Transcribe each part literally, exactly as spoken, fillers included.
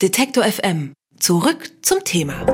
Detektor F M. Zurück zum Thema.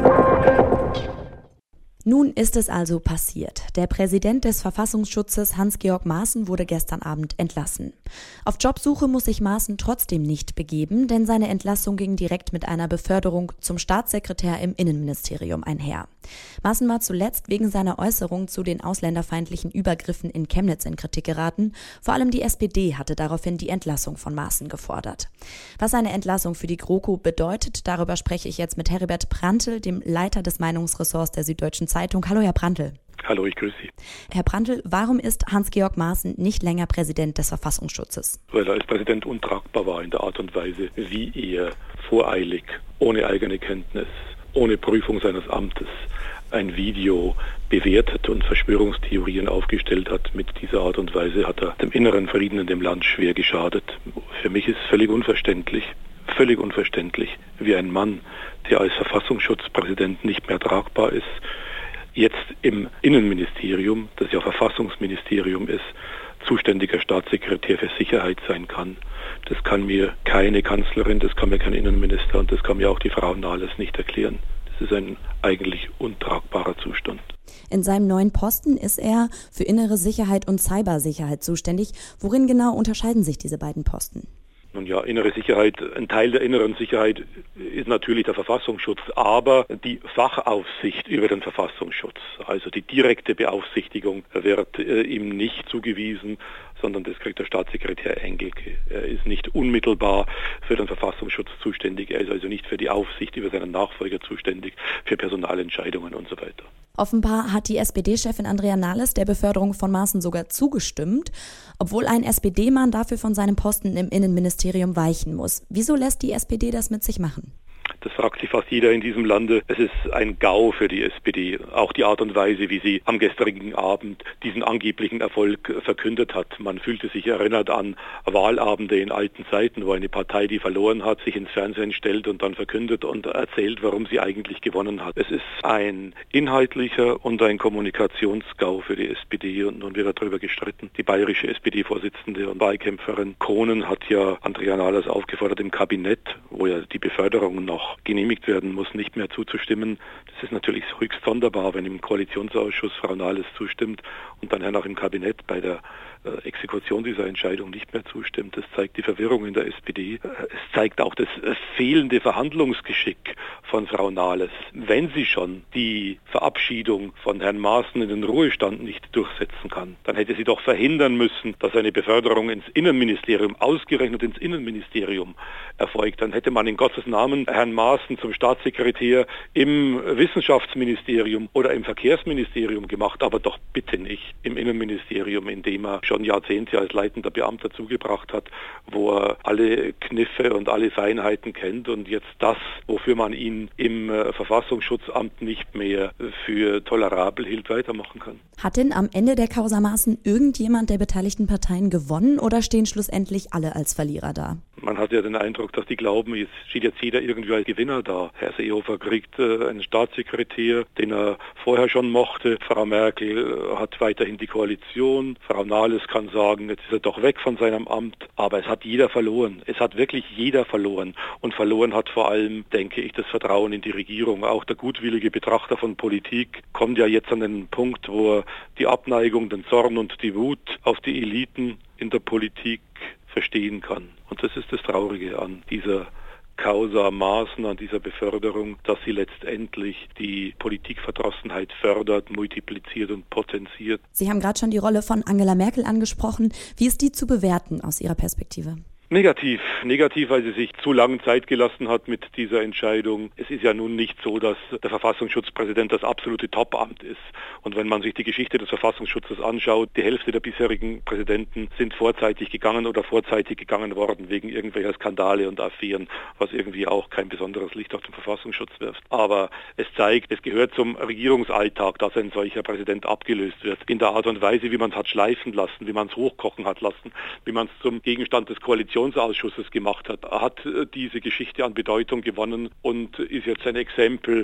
Nun ist es also passiert. Der Präsident des Verfassungsschutzes Hans-Georg Maaßen wurde gestern Abend entlassen. Auf Jobsuche muss sich Maaßen trotzdem nicht begeben, denn seine Entlassung ging direkt mit einer Beförderung zum Staatssekretär im Innenministerium einher. Maaßen war zuletzt wegen seiner Äußerung zu den ausländerfeindlichen Übergriffen in Chemnitz in Kritik geraten. Vor allem die S P D hatte daraufhin die Entlassung von Maaßen gefordert. Was eine Entlassung für die GroKo bedeutet, darüber spreche ich jetzt mit Heribert Prantl, dem Leiter des Meinungsressorts der Süddeutschen Zeitung. Hallo, Herr Prantl. Hallo, ich grüße Sie. Herr Prantl, warum ist Hans-Georg Maaßen nicht länger Präsident des Verfassungsschutzes? Weil er als Präsident untragbar war in der Art und Weise, wie er voreilig, ohne eigene Kenntnis, ohne Prüfung seines Amtes ein Video bewertet und Verschwörungstheorien aufgestellt hat. Mit dieser Art und Weise hat er dem inneren Frieden in dem Land schwer geschadet. Für mich ist völlig unverständlich, völlig unverständlich, wie ein Mann, der als Verfassungsschutzpräsident nicht mehr tragbar ist, jetzt im Innenministerium, das ja Verfassungsministerium ist, zuständiger Staatssekretär für Sicherheit sein kann. Das kann mir keine Kanzlerin, das kann mir kein Innenminister und das kann mir auch die Frau Nahles nicht erklären. Das ist ein eigentlich untragbarer Zustand. In seinem neuen Posten ist er für innere Sicherheit und Cybersicherheit zuständig. Worin genau unterscheiden sich diese beiden Posten? Nun ja, innere Sicherheit, ein Teil der inneren Sicherheit ist natürlich der Verfassungsschutz, aber die Fachaufsicht über den Verfassungsschutz, also die direkte Beaufsichtigung, wird äh, ihm nicht zugewiesen, sondern das kriegt der Staatssekretär Engelke. Er ist nicht unmittelbar für den Verfassungsschutz zuständig, er ist also nicht für die Aufsicht über seinen Nachfolger zuständig, für Personalentscheidungen und so weiter. Offenbar hat die S P D-Chefin Andrea Nahles der Beförderung von Maaßen sogar zugestimmt, obwohl ein S P D-Mann dafür von seinem Posten im Innenministerium weichen muss. Wieso lässt die S P D das mit sich machen? Das fragt sich fast jeder in diesem Lande. Es ist ein GAU für die S P D. Auch die Art und Weise, wie sie am gestrigen Abend diesen angeblichen Erfolg verkündet hat. Man fühlte sich erinnert an Wahlabende in alten Zeiten, wo eine Partei, die verloren hat, sich ins Fernsehen stellt und dann verkündet und erzählt, warum sie eigentlich gewonnen hat. Es ist ein inhaltlicher und ein Kommunikationsgau für die S P D und nun wird darüber gestritten. Die bayerische S P D-Vorsitzende und Wahlkämpferin Kronen hat ja Andrea Nahles aufgefordert, im Kabinett, wo ja die Beförderung noch genehmigt werden muss, nicht mehr zuzustimmen. Das ist natürlich höchst sonderbar, wenn im Koalitionsausschuss Frau Nahles zustimmt und dann auch im Kabinett bei der äh, Exekution dieser Entscheidung nicht mehr zustimmt. Das zeigt die Verwirrung in der S P D. Es zeigt auch das äh, fehlende Verhandlungsgeschick von Frau Nahles. Wenn sie schon die Verabschiedung von Herrn Maaßen in den Ruhestand nicht durchsetzen kann, dann hätte sie doch verhindern müssen, dass eine Beförderung ins Innenministerium, ausgerechnet ins Innenministerium, erfolgt. Dann hätte man in Gottes Namen Herrn Maaßen zum Staatssekretär im Wissenschaftsministerium oder im Verkehrsministerium gemacht, aber doch bitte nicht im Innenministerium, in dem er schon Jahrzehnte als leitender Beamter zugebracht hat, wo er alle Kniffe und alle Feinheiten kennt und jetzt das, wofür man ihn im Verfassungsschutzamt nicht mehr für tolerabel hielt, weitermachen kann. Hat denn am Ende der Causa Maaßen irgendjemand der beteiligten Parteien gewonnen oder stehen schlussendlich alle als Verlierer da? Man hat ja den Eindruck, dass die glauben, jetzt steht jetzt jeder irgendwie als Gewinner da. Herr Seehofer kriegt äh, einen Staatssekretär, den er vorher schon mochte. Frau Merkel äh, hat weiterhin die Koalition. Frau Nahles kann sagen, jetzt ist er doch weg von seinem Amt. Aber es hat jeder verloren. Es hat wirklich jeder verloren. Und verloren hat vor allem, denke ich, das Vertrauen in die Regierung. Auch der gutwillige Betrachter von Politik kommt ja jetzt an den Punkt, wo er die Abneigung, den Zorn und die Wut auf die Eliten in der Politik verstehen kann. Und das ist das Traurige an dieser Causa Maaßen, an dieser Beförderung, dass sie letztendlich die Politikverdrossenheit fördert, multipliziert und potenziert. Sie haben gerade schon die Rolle von Angela Merkel angesprochen. Wie ist die zu bewerten aus Ihrer Perspektive? Negativ. Negativ, weil sie sich zu lange Zeit gelassen hat mit dieser Entscheidung. Es ist ja nun nicht so, dass der Verfassungsschutzpräsident das absolute Topamt ist. Und wenn man sich die Geschichte des Verfassungsschutzes anschaut, die Hälfte der bisherigen Präsidenten sind vorzeitig gegangen oder vorzeitig gegangen worden wegen irgendwelcher Skandale und Affären, was irgendwie auch kein besonderes Licht auf den Verfassungsschutz wirft. Aber es zeigt, es gehört zum Regierungsalltag, dass ein solcher Präsident abgelöst wird. In der Art und Weise, wie man es hat schleifen lassen, wie man es hochkochen hat lassen, wie man es zum Gegenstand des Koalitions Ausschusses gemacht hat, hat diese Geschichte an Bedeutung gewonnen und ist jetzt ein Exempel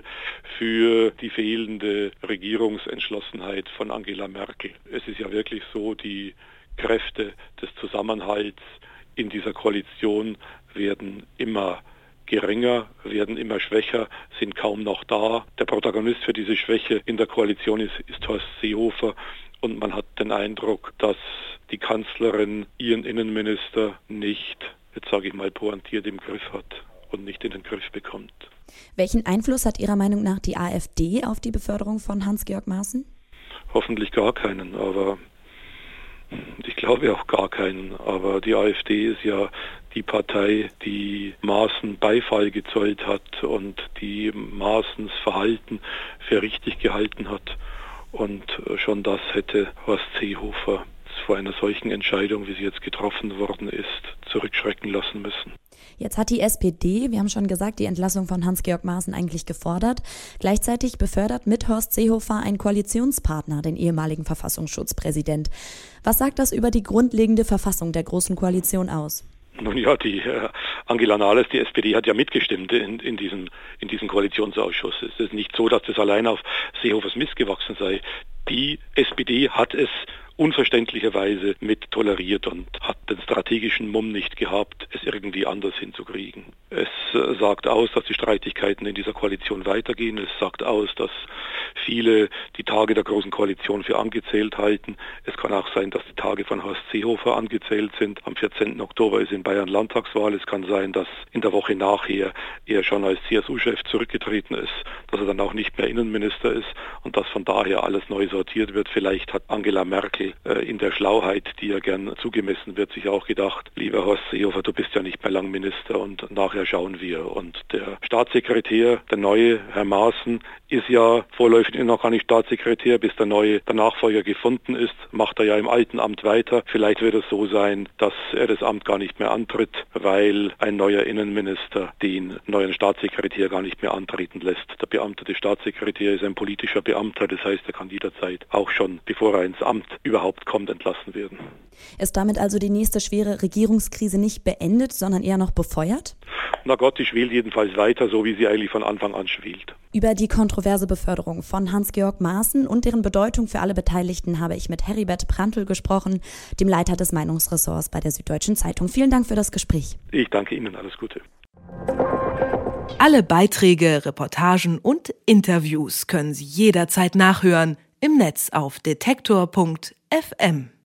für die fehlende Regierungsentschlossenheit von Angela Merkel. Es ist ja wirklich so, die Kräfte des Zusammenhalts in dieser Koalition werden immer geringer, werden immer schwächer, sind kaum noch da. Der Protagonist für diese Schwäche in der Koalition ist, ist Horst Seehofer. Und man hat den Eindruck, dass die Kanzlerin ihren Innenminister nicht, jetzt sage ich mal pointiert, im Griff hat und nicht in den Griff bekommt. Welchen Einfluss hat Ihrer Meinung nach die AfD auf die Beförderung von Hans-Georg Maaßen? Hoffentlich gar keinen, aber ich glaube auch gar keinen. Aber die AfD ist ja die Partei, die Maaßen Beifall gezollt hat und die Maaßens Verhalten für richtig gehalten hat. Und schon das hätte Horst Seehofer vor einer solchen Entscheidung, wie sie jetzt getroffen worden ist, zurückschrecken lassen müssen. Jetzt hat die S P D, wir haben schon gesagt, die Entlassung von Hans-Georg Maaßen eigentlich gefordert. Gleichzeitig befördert mit Horst Seehofer ein Koalitionspartner, den ehemaligen Verfassungsschutzpräsident. Was sagt das über die grundlegende Verfassung der Großen Koalition aus? Nun ja, die äh, Angela Nahles, die S P D, hat ja mitgestimmt in, in, diesem, in diesem Koalitionsausschuss. Es ist nicht so, dass das allein auf Seehofers Mist gewachsen sei. Die S P D hat es unverständlicherweise mit toleriert und hat den strategischen Mumm nicht gehabt, es irgendwie anders hinzukriegen. Es äh, sagt aus, dass die Streitigkeiten in dieser Koalition weitergehen. Es sagt aus, dass viele die Tage der Großen Koalition für angezählt halten. Es kann auch sein, dass die Tage von Horst Seehofer angezählt sind. Am vierzehnten Oktober ist in Bayern Landtagswahl. Es kann sein, dass in der Woche nachher er schon als C S U-Chef zurückgetreten ist, dass er dann auch nicht mehr Innenminister ist und dass von daher alles neu sortiert wird. Vielleicht hat Angela Merkel in der Schlauheit, die ihr gern zugemessen wird, sich auch gedacht, lieber Horst Seehofer, du bist ja nicht mehr lang Minister und nachher schauen wir. Und der Staatssekretär, der neue Herr Maaßen, ist ja vorläufig noch gar nicht Staatssekretär, bis der neue, der Nachfolger gefunden ist, macht er ja im alten Amt weiter. Vielleicht wird es so sein, dass er das Amt gar nicht mehr antritt, weil ein neuer Innenminister den neuen Staatssekretär gar nicht mehr antreten lässt. Der beamtete Staatssekretär ist ein politischer Beamter, das heißt, er kann jederzeit auch schon, bevor er ins Amt überhaupt kommt, entlassen werden. Ist damit also die nächste schwere Regierungskrise nicht beendet, sondern eher noch befeuert? Na Gott, die schwelt jedenfalls weiter, so wie sie eigentlich von Anfang an schwelt. Über die kontroverse Beförderung von Hans-Georg Maaßen und deren Bedeutung für alle Beteiligten habe ich mit Heribert Prantl gesprochen, dem Leiter des Meinungsressorts bei der Süddeutschen Zeitung. Vielen Dank für das Gespräch. Ich danke Ihnen, alles Gute. Alle Beiträge, Reportagen und Interviews können Sie jederzeit nachhören im Netz auf detektor punkt f m.